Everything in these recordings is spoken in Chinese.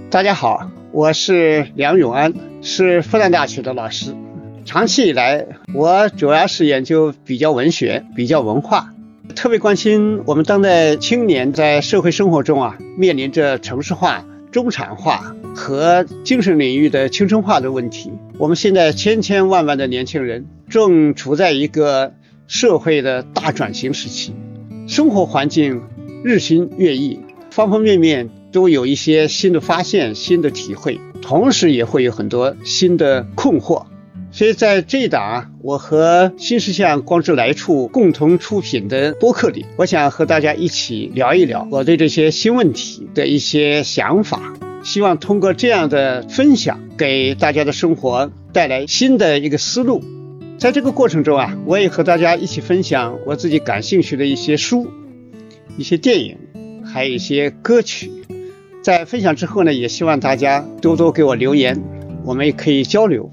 大家好，我是梁永安，是复旦大学的老师。长期以来，我主要是研究比较文学、比较文化，特别关心我们当代青年在社会生活中面临着城市化、中产化和精神领域的青春化的问题。我们现在千千万万的年轻人正处在一个社会的大转型时期，生活环境日新月异，方方面面都有一些新的发现、新的体会，同时也会有很多新的困惑。所以在这一档我和新世相光之来处共同出品的播客里，我想和大家一起聊一聊我对这些新问题的一些想法，希望通过这样的分享给大家的生活带来新的一个思路。在这个过程中我也和大家一起分享我自己感兴趣的一些书、一些电影，还有一些歌曲。在分享之后呢，也希望大家多多给我留言，我们也可以交流。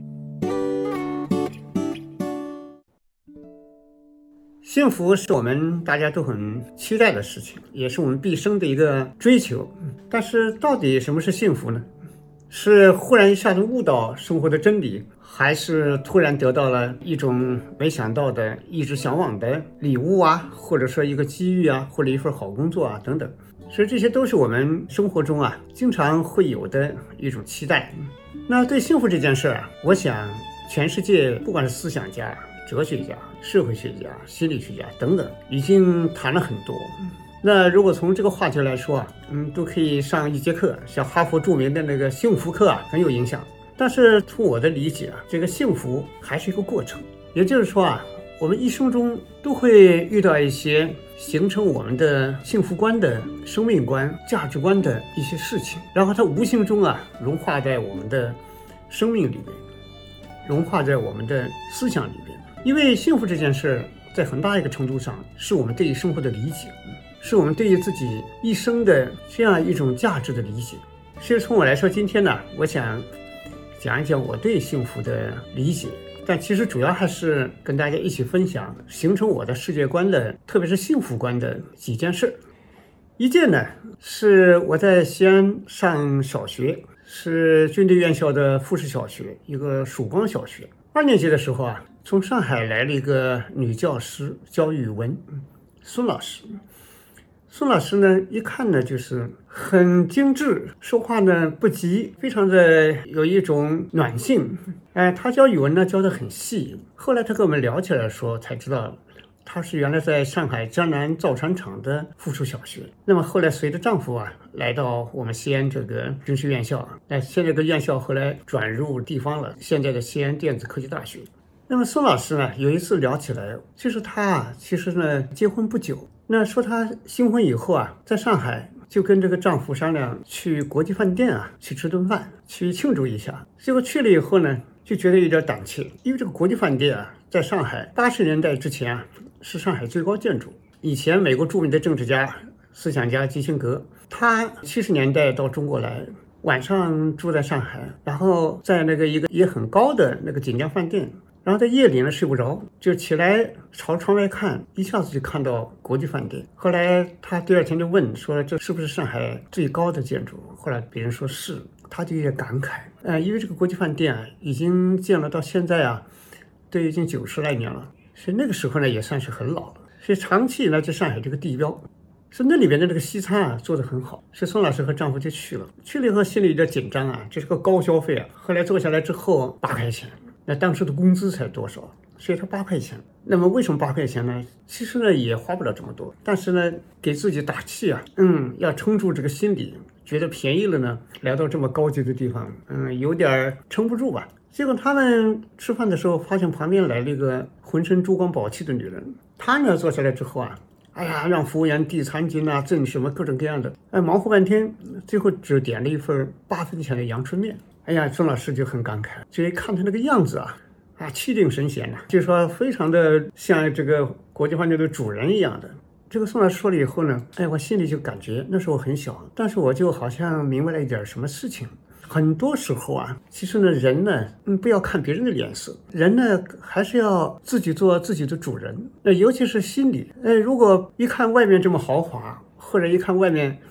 幸福是我们大家都很期待的事情，也是我们毕生的一个追求。但是到底什么是幸福呢？是忽然一下子悟到生活的真理，还是突然得到了一种没想到的一直向往的礼物或者说一个机遇或者一份好工作等等。所以这些都是我们生活中经常会有的一种期待。那对幸福这件事我想全世界不管是思想家、哲学家、社会学家、心理学家等等已经谈了很多。那如果从这个话题来说都可以上一节课，像哈佛著名的那个幸福课很有影响。但是从我的理解这个幸福还是一个过程，也就是说我们一生中都会遇到一些形成我们的幸福观的生命观、价值观的一些事情，然后它无形中融化在我们的生命里面，融化在我们的思想里面。因为幸福这件事在很大一个程度上是我们对于生活的理解，是我们对于自己一生的这样一种价值的理解。所以从我来说，今天呢，我想讲一讲我对幸福的理解，但其实主要还是跟大家一起分享形成我的世界观的，特别是幸福观的几件事。一件呢，是我在西安上小学，是军队院校的复式小学，一个曙光小学。2年级的时候从上海来了一个女教师教语文，孙老师。孙老师呢，一看呢就是很精致，说话呢不急，非常的有一种暖性。他教语文呢教得很细。后来他跟我们聊起来说，才知道他是原来在上海江南造船厂的附属小学。那么后来随着丈夫来到我们西安这个军事院校，现在这个院校后来转入地方了，现在的西安电子科技大学。那么孙老师呢，有一次聊起来，就是他其实呢结婚不久，那说他新婚以后在上海就跟这个丈夫商量去国际饭店去吃顿饭，去庆祝一下。结果去了以后呢，就觉得有点胆怯，因为这个国际饭店在上海80年代之前是上海最高建筑。以前美国著名的政治家、思想家基辛格，他70年代到中国来，晚上住在上海，然后在那个一个也很高的那个锦江饭店，然后在夜里呢睡不着，就起来朝窗外看，一下子就看到国际饭店。后来他第2天就问说，这是不是上海最高的建筑？后来别人说是，他就有点感慨，因为这个国际饭店已经建了到现在都已经90来年了，所以那个时候呢也算是很老了。所以长期以来在上海这个地标，所以那里边的这个西餐做得很好。所以孙老师和丈夫就去了以后心里有点紧张这是个高消费后来坐下来之后8块钱，那当时的工资才多少？所以他8块钱。那么为什么8块钱呢？其实呢也花不了这么多，但是呢给自己打气要撑住这个心理，觉得便宜了呢，来到这么高级的地方，有点撑不住吧。结果他们吃饭的时候，发现旁边来了一个浑身珠光宝气的女人。她呢坐下来之后让服务员递餐巾赠什么各种各样的，忙活半天，最后只点了一份8分钱的阳春面。孙老师就很感慨，就一看他那个样子气定神闲就说非常的像这个国际饭店的主人一样的。这个宋老师说了以后呢，我心里就感觉那时候很小，但是我就好像明白了一点什么事情。很多时候其实呢，人呢，不要看别人的脸色，人呢还是要自己做自己的主人。尤其是心理，如果一看外面这么豪华，或者一看外面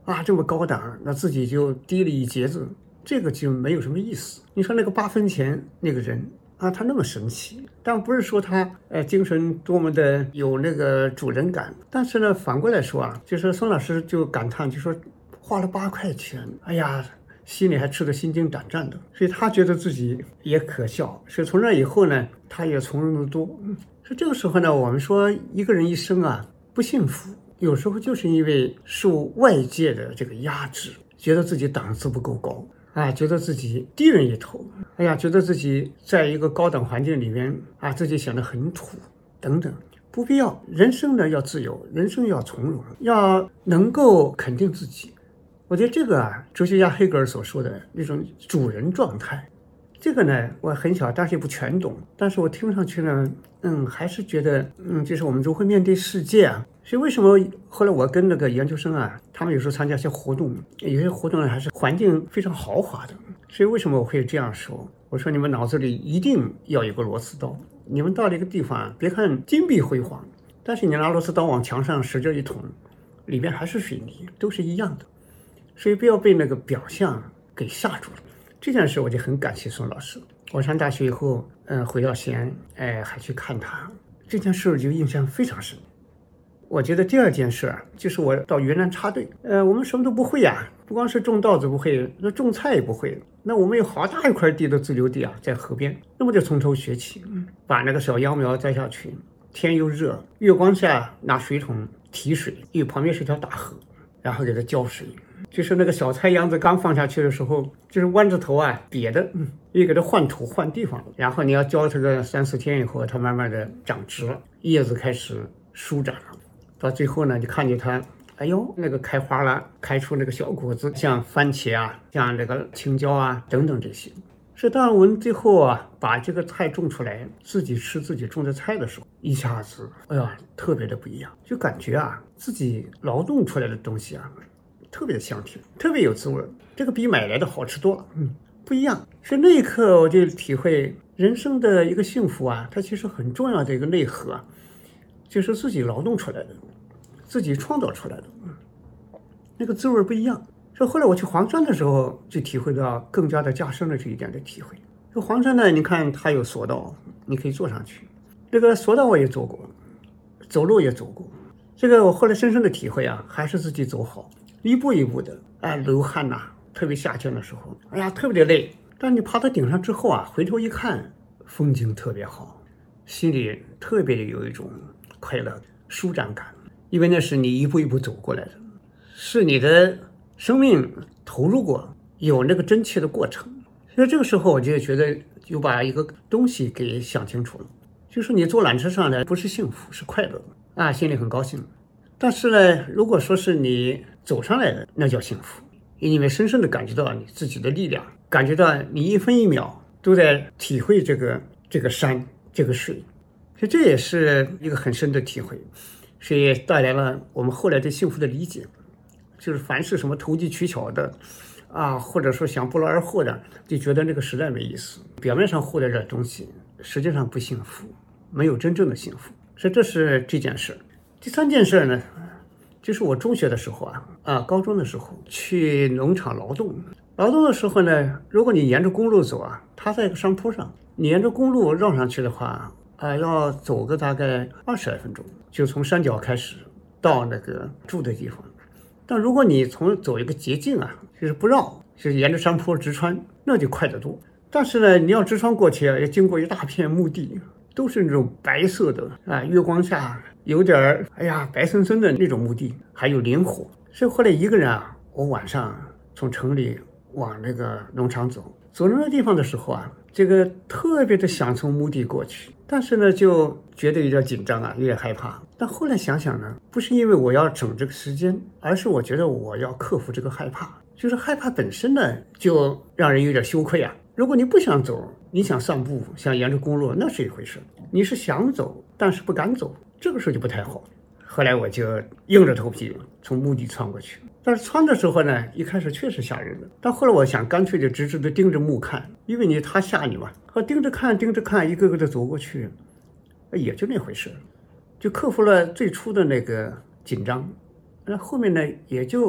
啊这么高档，那自己就低了一截子，这个就没有什么意思。你说那个8分钱那个人啊，他那么神奇，但不是说他精神多么的有那个主人感，但是呢反过来说啊，就是孙老师就感叹，就说花了8块钱，哎呀，心里还吃得心惊胆战的，所以他觉得自己也可笑，所以从那以后呢，他也从容的多。所以这个时候呢，我们说一个人一生啊不幸福，有时候就是因为受外界的这个压制，觉得自己档次不够高啊，觉得自己低人一头，哎呀，觉得自己在一个高等环境里面啊，自己显得很土等等，不必要。人生呢要自由，人生要从容，要能够肯定自己。我觉得这个啊，哲学家黑格尔所说的那种主人状态，这个呢我很小，但是也不全懂，但是我听上去呢，还是觉得，就是我们如何面对世界啊。所以为什么后来我跟那个研究生啊，他们有时候参加一些活动，有些活动呢还是环境非常豪华的。所以为什么我会这样说？我说你们脑子里一定要有个螺丝刀，你们到了一个地方，别看金碧辉煌，但是你拿螺丝刀往墙上使劲一捅，里边还是水泥，都是一样的。所以不要被那个表象给吓住了。这件事我就很感谢宋老师。我上大学以后，回到西安，还去看他，这件事就印象非常深。我觉得第二件事啊，就是我到云南插队，我们什么都不会呀，不光是种稻子不会，那种菜也不会。那我们有好大一块地的自留地啊，在河边，那么就从头学起，把那个小秧苗栽下去，天又热，月光下拿水桶提水，因为旁边是条大河，然后给它浇水。就是那个小菜秧子刚放下去的时候，就是弯着头啊，瘪的，又给它换土换地方，然后你要浇它个3、4天以后，它慢慢的长直了，叶子开始舒展了，到最后呢，就看见它，哎呦，那个开花了，开出那个小果子，像番茄啊，像这个青椒啊等等这些。是当我们最后啊，把这个菜种出来，自己吃自己种的菜的时候，一下子，哎呀，特别的不一样，就感觉啊，自己劳动出来的东西啊，特别的香甜，特别有滋味，这个比买来的好吃多了，不一样。所以那一刻我就体会人生的一个幸福啊，它其实很重要的一个内核啊，就是自己劳动出来的，自己创造出来的，那个滋味不一样。所以后来我去黄山的时候，就体会到更加的加深了这一点的体会。就黄山呢，你看它有索道，你可以坐上去，这个索道我也走过，走路也走过。这个我后来深深的体会啊，还是自己走好，一步一步的，流汗呐，特别夏天的时候，哎呀，特别的累。但你爬到顶上之后啊，回头一看，风景特别好，心里特别的有一种快乐、舒展感，因为那是你一步一步走过来的，是你的生命投入过，有那个真切的过程。所以这个时候我就觉得，就把一个东西给想清楚了，就是你坐缆车上来不是幸福，是快乐啊，心里很高兴。但是呢，如果说是你走上来的，那叫幸福，因为深深的感觉到你自己的力量，感觉到你一分一秒都在体会这个山这个水，所以这也是一个很深的体会，所以带来了我们后来对幸福的理解，就是凡是什么投机取巧的啊，或者说想不劳而获的，就觉得那个实在没意思，表面上获得点东西，实际上不幸福，没有真正的幸福。所以这是这件事。第三件事呢，就是我中学的时候高中的时候去农场劳动的时候呢，如果你沿着公路走啊，它在一个山坡上，你沿着公路绕上去的话要走个大概20来分钟，就从山脚开始到那个住的地方。但如果你走一个捷径啊，就是不绕，就是沿着山坡直穿，那就快得多。但是呢，你要直穿过去要经过一大片墓地，都是那种白色的月光下有点白森森的那种墓地，还有林火。所以后来一个人我晚上从城里往那个农场走到那个地方的时候这个特别的想从墓地过去，但是呢就觉得有点紧张有点害怕。但后来想想呢，不是因为我要整这个时间，而是我觉得我要克服这个害怕，就是害怕本身呢就让人有点羞愧如果你不想走，你想散步，想沿着公路，那是一回事，你是想走但是不敢走，这个时候就不太好。后来我就硬着头皮从墓地穿过去，但是穿的时候呢，一开始确实吓人的，但后来我想干脆就直直的盯着墓看，因为他吓你嘛，盯着看，一个个的走过去，也就那回事，就克服了最初的那个紧张，那后面呢也就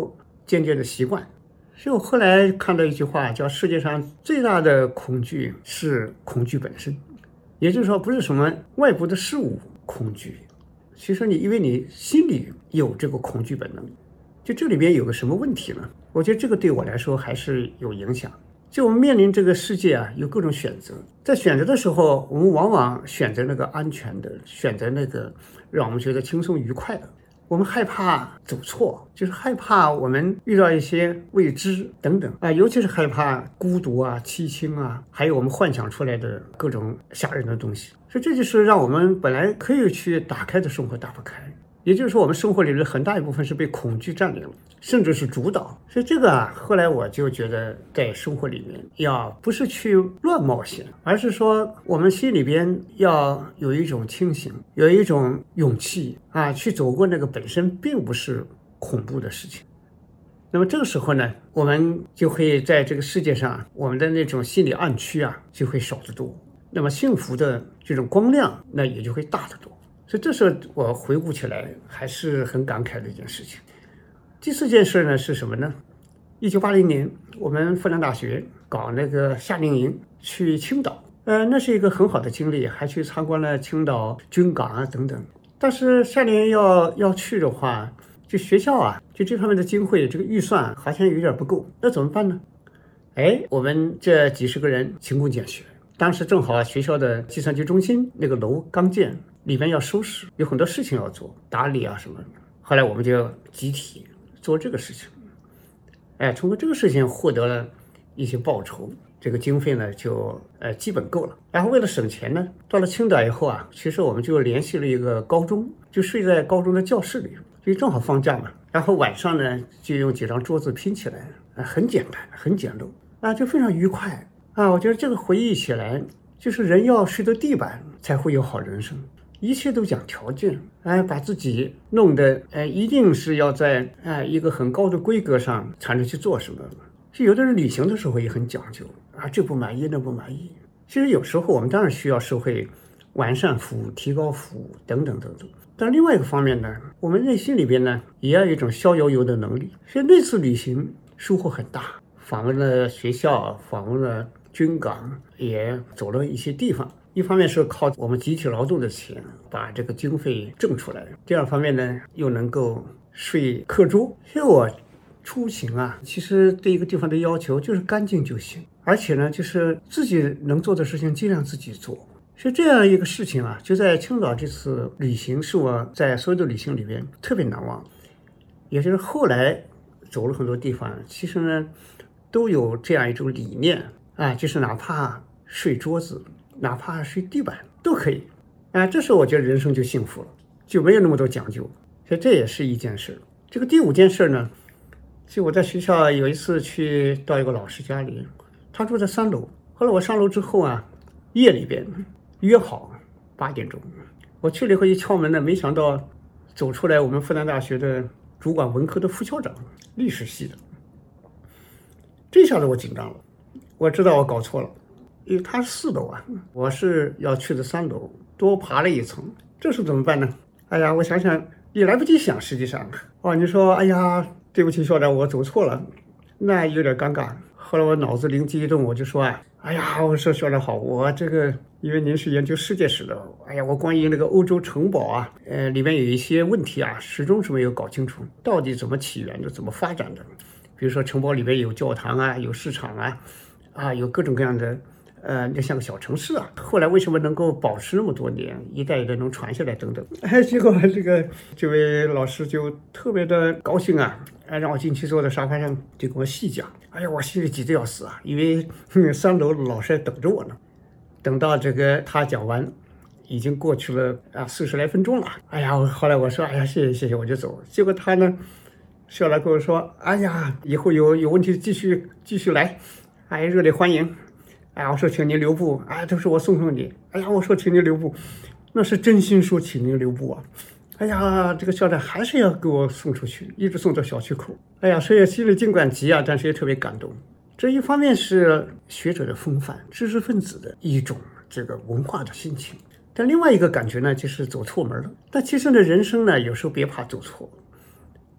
渐渐的习惯。所以我后来看到一句话，叫世界上最大的恐惧是恐惧本身，也就是说不是什么外部的事物恐惧，其实因为你心里有这个恐惧本能，就这里边有个什么问题呢？我觉得这个对我来说还是有影响。就我们面临这个世界啊，有各种选择，在选择的时候，我们往往选择那个安全的，选择那个让我们觉得轻松愉快的。我们害怕走错，就是害怕我们遇到一些未知等等啊，尤其是害怕孤独啊、凄清啊，还有我们幻想出来的各种吓人的东西。所以这就是让我们本来可以去打开的生活打不开。也就是说，我们生活里的很大一部分是被恐惧占领了，甚至是主导。所以这个啊，后来我就觉得，在生活里面要不是去乱冒险，而是说我们心里边要有一种清醒，有一种勇气啊，去走过那个本身并不是恐怖的事情。那么这个时候呢，我们就会在这个世界上，我们的那种心理暗区啊，就会少得多。那么幸福的这种光亮，那也就会大得多。所以这时候我回顾起来还是很感慨的一件事情。第四件事呢是什么呢？1980年我们复旦大学搞那个夏令营去青岛，那是一个很好的经历，还去参观了青岛军港啊等等。但是夏令营要去的话，就学校啊，就这方面的经费，这个预算好像有点不够，那怎么办呢？我们这几十个人勤工俭学，当时正好学校的计算机中心那个楼刚建。里面要收拾，有很多事情要做，打理啊什么的。后来我们就集体做这个事情，通过这个事情获得了一些报酬，这个经费呢就基本够了。然后为了省钱呢，到了青岛以后啊，其实我们就联系了一个高中，就睡在高中的教室里，就正好放假嘛。然后晚上呢，就用几张桌子拼起来，很简单，很简陋啊，就非常愉快啊。我觉得这个回忆起来，就是人要睡得地板才会有好人生。一切都讲条件，把自己弄得一定是要在一个很高的规格上才能去做什么。是有的人旅行的时候也很讲究啊，这不满意那不满意。其实有时候我们当然需要社会完善服务、提高服务等等等等。但另外一个方面呢，我们内心里边呢也要有一种逍遥游的能力。所以那次旅行收获很大，访问了学校，访问了军港，也走了一些地方。一方面是靠我们集体劳动的钱把这个经费挣出来，第二方面呢又能够睡课桌。所以我出行啊，其实对一个地方的要求就是干净就行，而且呢就是自己能做的事情尽量自己做。所以这样一个事情啊，就在青岛这次旅行是我在所有的旅行里边特别难忘。也就是后来走了很多地方，其实呢都有这样一种理念啊，就是哪怕睡桌子，哪怕睡地板都可以啊，这时候我觉得人生就幸福了，就没有那么多讲究。所以这也是一件事。这个第五件事呢，就我在学校有一次去到一个老师家里，他住在3楼。后来我上楼之后啊，夜里边约好8点钟，我去了以后一敲门呢，没想到走出来我们复旦大学的主管文科的副校长，历史系的。这下子我紧张了，我知道我搞错了。因为他是4楼啊，我是要去的3楼，多爬了一层，这时怎么办呢？我想想也来不及想，实际上你说对不起校长，我走错了，那有点尴尬。后来我脑子灵机一动，我就说我说校长好，我这个因为您是研究世界史的，我关于那个欧洲城堡啊，里面有一些问题啊，始终是没有搞清楚，到底怎么起源的，怎么发展的。比如说城堡里面有教堂啊，有市场啊，有各种各样的。就像个小城市啊，后来为什么能够保持那么多年，一代一代能传下来等等。结果这位老师就特别的高兴啊，让我进去坐在沙发上，就跟我细讲。我心里急得要死啊，因为3楼的老师等着我呢。等到他讲完，已经过去了40来分钟了。后来我说谢谢，我就走。结果他呢，校长跟我说，以后有问题继续来，热烈欢迎。我说请您留步，都是我送你。我说请您留步，那是真心说请您留步啊。这个校长还是要给我送出去，一直送到小区口。所以心里尽管急但是也特别感动。这一方面是学者的风范，知识分子的一种这个文化的心情，但另外一个感觉呢，就是走错门了。但其实呢，人生呢，有时候别怕走错，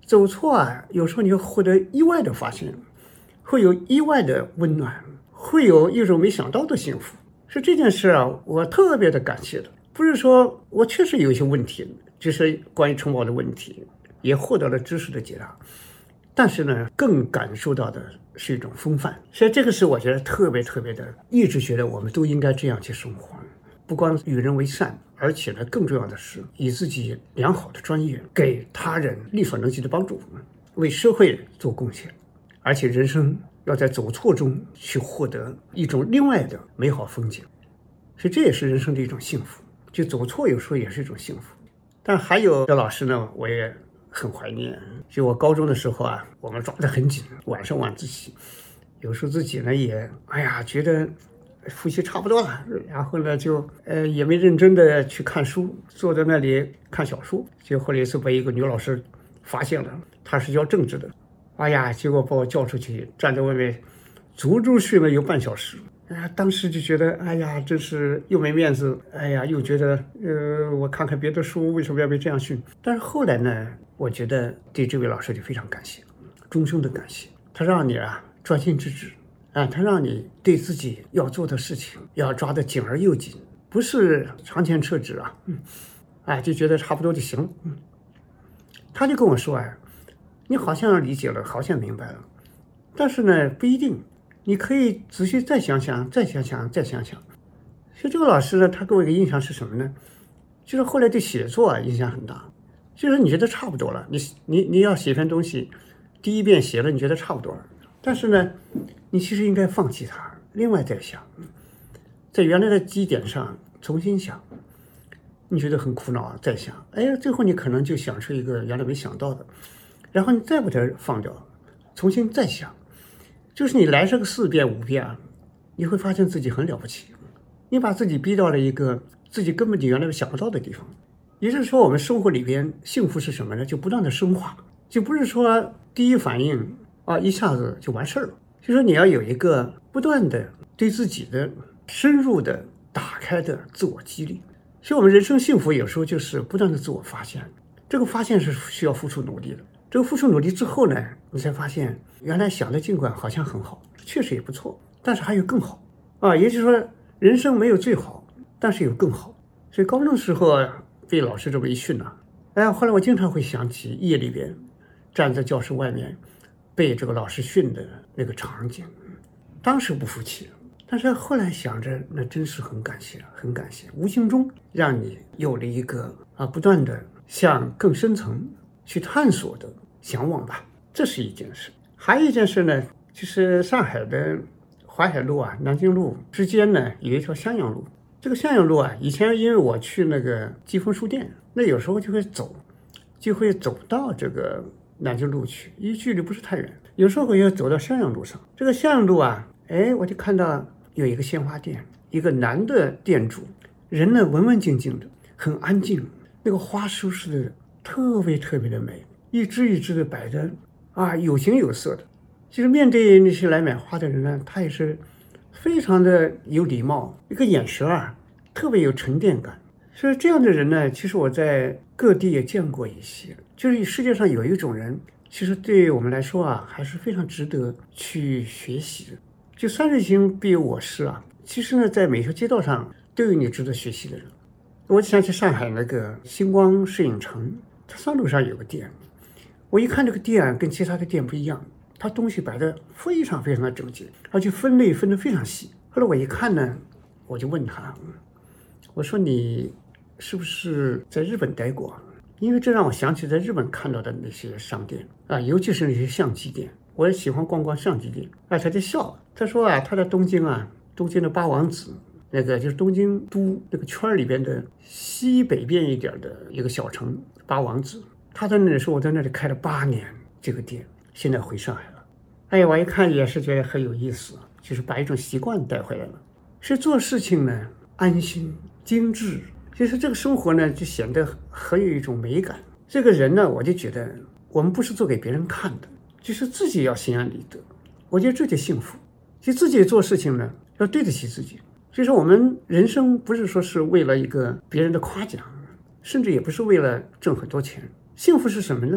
走错啊，有时候你会获得意外的发现，会有意外的温暖，会有一种没想到的幸福。是这件事啊，我特别的感谢的。不是说我确实有一些问题，就是关于城堡的问题，也获得了知识的解答，但是呢，更感受到的是一种风范。所以这个是我觉得特别的，一直觉得我们都应该这样去生活，不光与人为善，而且呢，更重要的是以自己良好的专业给他人力所能及的帮助，为社会做贡献，而且人生要在走错中去获得一种另外的美好风景。所以这也是人生的一种幸福，就走错有时候也是一种幸福。但还有的老师呢，我也很怀念。就我高中的时候啊，我们抓得很紧，晚上晚自习，有时候自己呢也觉得复习差不多了，然后呢就也没认真的去看书，坐在那里看小说。结果后来一次被一个女老师发现了，她是教政治的，结果把我叫出去，站在外面足足训了有半小时。当时就觉得真是又没面子，又觉得我看看别的书为什么要被这样训。但是后来呢，我觉得对这位老师就非常感谢，终生的感谢。他让你专心致志，他让你对自己要做的事情要抓得紧而又紧，不是长前撤职就觉得差不多就行。他就跟我说你好像理解了，好像明白了，但是呢不一定，你可以仔细再想想。所以这个老师呢，他给我一个印象是什么呢？就是后来对写作影响很大。就是你觉得差不多了，你要写篇东西，第一遍写了你觉得差不多了，但是呢，你其实应该放弃它，另外再想，在原来的基点上重新想。你觉得很苦恼再想，最后你可能就想出一个原来没想到的，然后你再把它放掉，重新再想。就是你来这个4遍5遍你会发现自己很了不起，你把自己逼到了一个自己根本就原来想不到的地方。也就是说，我们生活里边幸福是什么呢？就不断的深化，就不是说第一反应一下子就完事儿了。就说你要有一个不断的对自己的深入的打开的自我激励。所以我们人生幸福有时候就是不断的自我发现，这个发现是需要付出努力的。这个付出努力之后呢，你才发现原来想的尽管好像很好，确实也不错，但是还有更好也就是说人生没有最好，但是有更好。所以高中的时候被老师这么一训后来我经常会想起夜里边站在教室外面被这个老师训的那个场景，当时不服气，但是后来想着那真是很感谢，无形中让你有了一个不断的向更深层去探索的向往吧。这是一件事。还有一件事呢，就是上海的淮海路南京路之间呢有一条襄阳路。这个襄阳路以前因为我去那个季风书店，那有时候就会走到这个南京路去，因为距离不是太远，有时候我要走到襄阳路上。这个襄阳路我就看到有一个鲜花店，一个男的店主，人呢文文静静的，很安静，那个花收拾的特别的美，一支一支的摆着有形有色的。其实面对那些来买花的人呢，他也是非常的有礼貌，一个眼神特别有沉淀感。所以这样的人呢，其实我在各地也见过一些。就是世界上有一种人，其实对我们来说还是非常值得去学习的。就三人行必有我师其实呢，在每条街道上都有你值得学习的人。我想起上海那个星光摄影城，它三路上有个店，我一看这个店跟其他的店不一样，它东西摆得非常的整洁，而且分类分得非常细。后来我一看呢，我就问他，我说你是不是在日本待过？因为这让我想起在日本看到的那些商店尤其是那些相机店，我也喜欢逛相机店。他就笑，他说他在东京的八王子，那个就是东京都那个圈里边的西北边一点的一个小城八王子，他在那里说我在那里开了8年这个店，现在回上海了。我一看也是觉得很有意思，就是把一种习惯带回来了。是做事情呢安心精致，其实这个生活呢就显得很有一种美感。这个人呢，我就觉得我们不是做给别人看的，就是自己要心安理得，我觉得这就幸福。其实自己做事情呢要对得起自己。所以说我们人生不是说是为了一个别人的夸奖，甚至也不是为了挣很多钱。幸福是什么呢？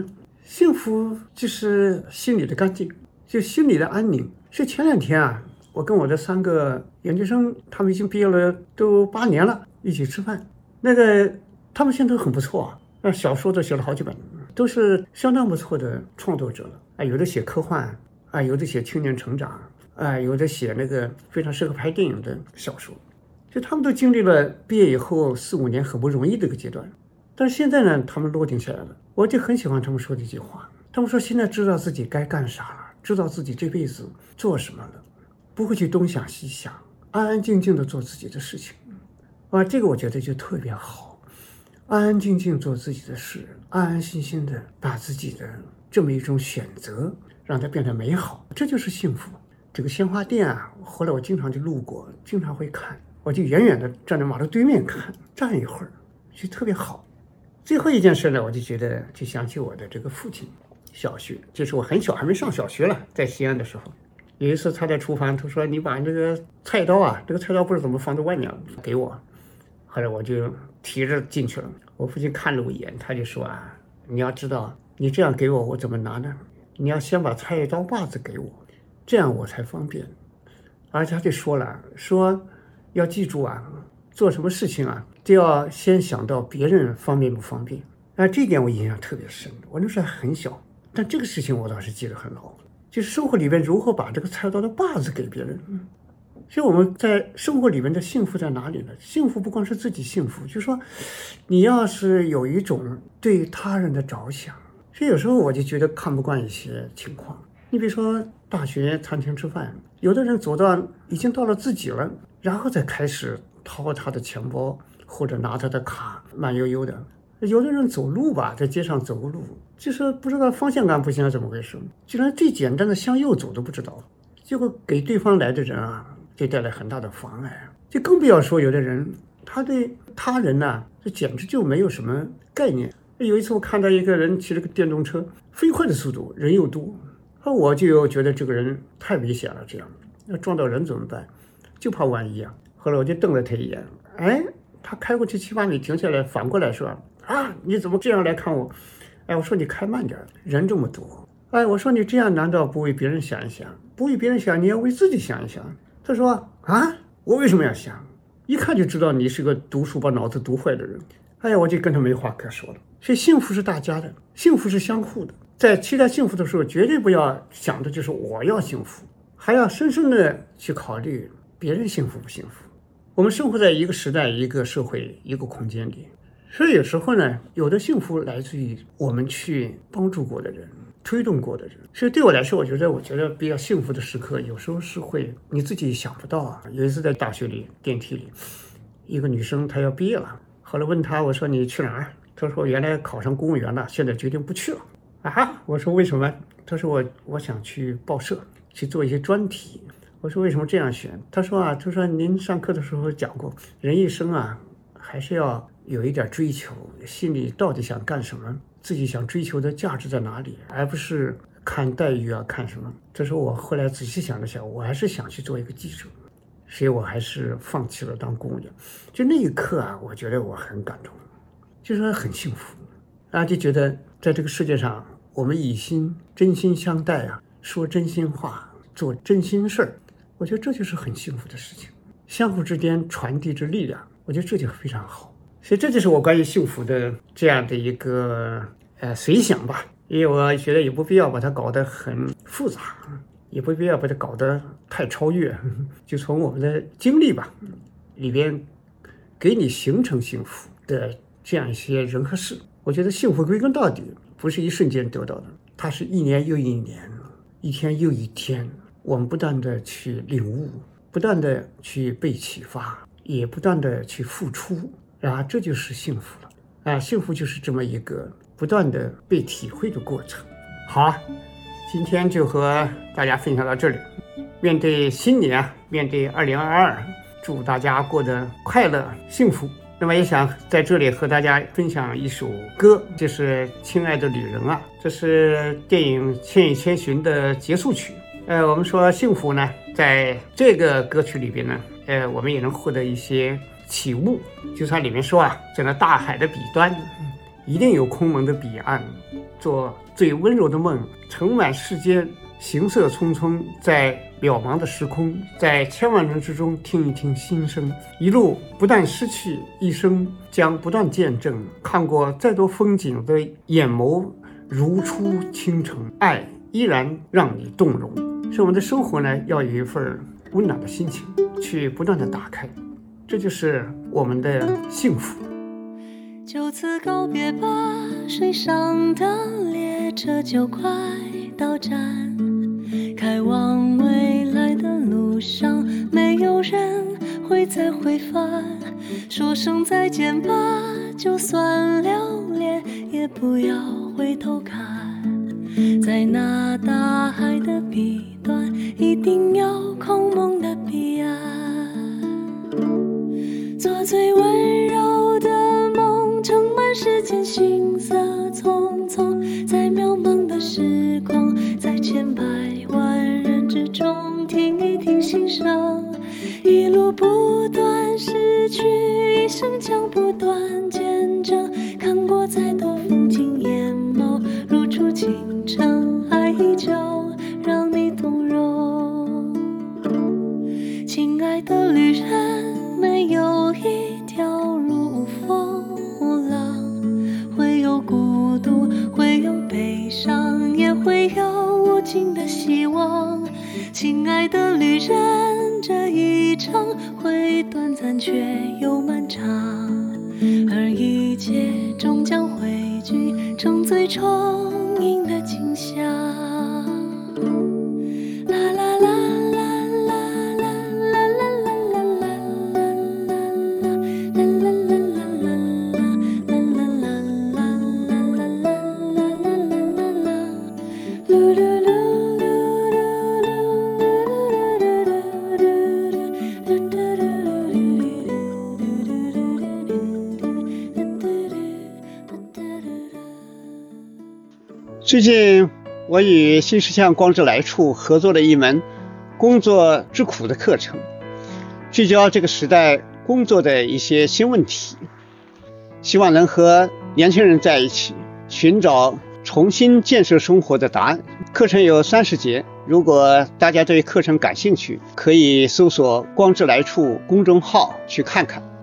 幸福就是心里的干净，就心里的安宁。是前2天啊，我跟我的3个研究生，他们已经毕业了，都8年了，一起吃饭。他们现在都很不错啊，那小说都写了好几本，都是相当不错的创作者了啊。有的写科幻啊，有的写青年成长啊，有的写那个非常适合拍电影的小说。就他们都经历了毕业以后4、5年很不容易的一个阶段，但是现在呢，他们落定下来了。我就很喜欢他们说的一句话，他们说现在知道自己该干啥了，知道自己这辈子做什么了，不会去东想西想，安安静静的做自己的事情啊。这个我觉得就特别好，安安静静做自己的事，安安心心的把自己的这么一种选择让它变得美好，这就是幸福。这个鲜花店啊，后来我经常就路过，经常会看，我就远远的站在马路对面看，站一会儿就特别好。最后一件事呢，我就觉得就想起我的这个父亲。小学就是我很小还没上小学了，在西安的时候，有一次他在厨房，他说你把这个菜刀啊，这个菜刀不知道怎么放在外面给我，后来我就提着进去了。我父亲看了我一眼，他就说啊，你要知道你这样给我，我怎么拿呢？你要先把菜刀把子给我，这样我才方便。而且他就说了，说要记住啊，做什么事情啊，就要先想到别人方便不方便。这一点我印象特别深。我那时候还很小，但这个事情我倒是记得很牢，就是生活里面如何把这个菜刀的把子给别人。所以我们在生活里面的幸福在哪里呢？幸福不光是自己幸福，就是说你要是有一种对他人的着想。所以有时候我就觉得看不惯一些情况，你比如说大学餐厅吃饭，有的人走到已经到了自己了，然后再开始掏他的钱包或者拿他的卡，慢悠悠的。有的人走路吧，在街上走个路，就是不知道方向感不行，怎么回事，居然最简单的向右走都不知道，结果给对方来的人啊，就带来很大的妨碍。就更不要说有的人，他对他人呢，这简直就没有什么概念。有一次我看到一个人骑了个电动车，飞快的速度，人又多，我就觉得这个人太危险了，这样要撞到人怎么办？就怕万一啊。后来我就瞪了他一眼，他开过去7、8米停下来，反过来说啊，你怎么这样来看我？我说你开慢点，人这么多。我说你这样难道不为别人想一想？不为别人想，你要为自己想一想。他说啊，我为什么要想？一看就知道你是个读书把脑子读坏的人。我就跟他没话可说了。所以幸福是大家的，幸福是相互的。在期待幸福的时候，绝对不要想的就是我要幸福，还要深深的去考虑别人幸福不幸福。我们生活在一个时代、一个社会、一个空间里，所以有时候呢，有的幸福来自于我们去帮助过的人、推动过的人。所以对我来说，我觉得比较幸福的时刻，有时候是会你自己想不到啊。有一次在大学里电梯里，一个女生她要毕业了，后来问她，我说你去哪儿？她说原来考上公务员了，现在决定不去了。我说为什么？她说我想去报社去做一些专题。我说为什么这样选？她说您上课的时候讲过，人一生啊，还是要有一点追求，心里到底想干什么，自己想追求的价值在哪里，而不是看待遇啊，看什么。这时候我后来仔细想了想，我还是想去做一个记者，所以我还是放弃了当公务员。就那一刻啊，我觉得我很感动，就说很幸福就觉得在这个世界上，我们以心真心相待啊，说真心话，做真心事儿，我觉得这就是很幸福的事情。相互之间传递着力量，我觉得这就非常好。所以这就是我关于幸福的这样的一个随想吧。因为我觉得也不必要把它搞得很复杂，也不必要把它搞得太超越，就从我们的经历吧里边给你形成幸福的这样一些人和事。我觉得幸福归根到底不是一瞬间得到的，它是一年又一年，一天又一天，我们不断的去领悟，不断的去被启发，也不断的去付出，这就是幸福了幸福就是这么一个不断的被体会的过程。好，今天就和大家分享到这里。面对新年面对2022，祝大家过得快乐幸福。那么也想在这里和大家分享一首歌，就是《亲爱的旅人》这是电影《千与千寻》的结束曲。我们说幸福呢，在这个歌曲里边呢，我们也能获得一些启悟。就像里面说在那大海的彼端， 一定有空蒙的彼岸，做最温柔的梦，盛满世间行色匆匆，在渺茫的时空，在千万人之中听一听心声，一路不但失去，一生将不断见证，看过再多风景的眼眸如初倾城，爱依然让你动容。所以我们的生活呢，要有一份温暖的心情去不断的打开，这就是我们的幸福。 就此告别吧，水上的列车就快到站，开往未来的路上，没有人会再回返。说声再见吧，就算留恋，也不要回头看。在那大海的彼端，一定有空蒙的彼岸。做最温柔的梦，盛满世间行色匆匆，在渺茫的时空，在千百万人之中听一听心声，一路不断失去，一生将不断见证，看过再多风景，眼眸如初倾城，爱依旧让你动容。亲爱的旅人，没有一条路无风无浪，会有孤独，会有悲伤，也会有无尽的希望。亲爱的旅人，这一程会短暂却又漫长，而一切终将汇聚成最充盈的景象。啦啦啦最近我与新世相光之来处合作了一门工作之苦的课程，聚焦这个时代工作的一些新问题，希望能和年轻人在一起寻找重新建设生活的答案。课程有30节，如果大家对课程感兴趣，可以搜索光之来处公众号去看看。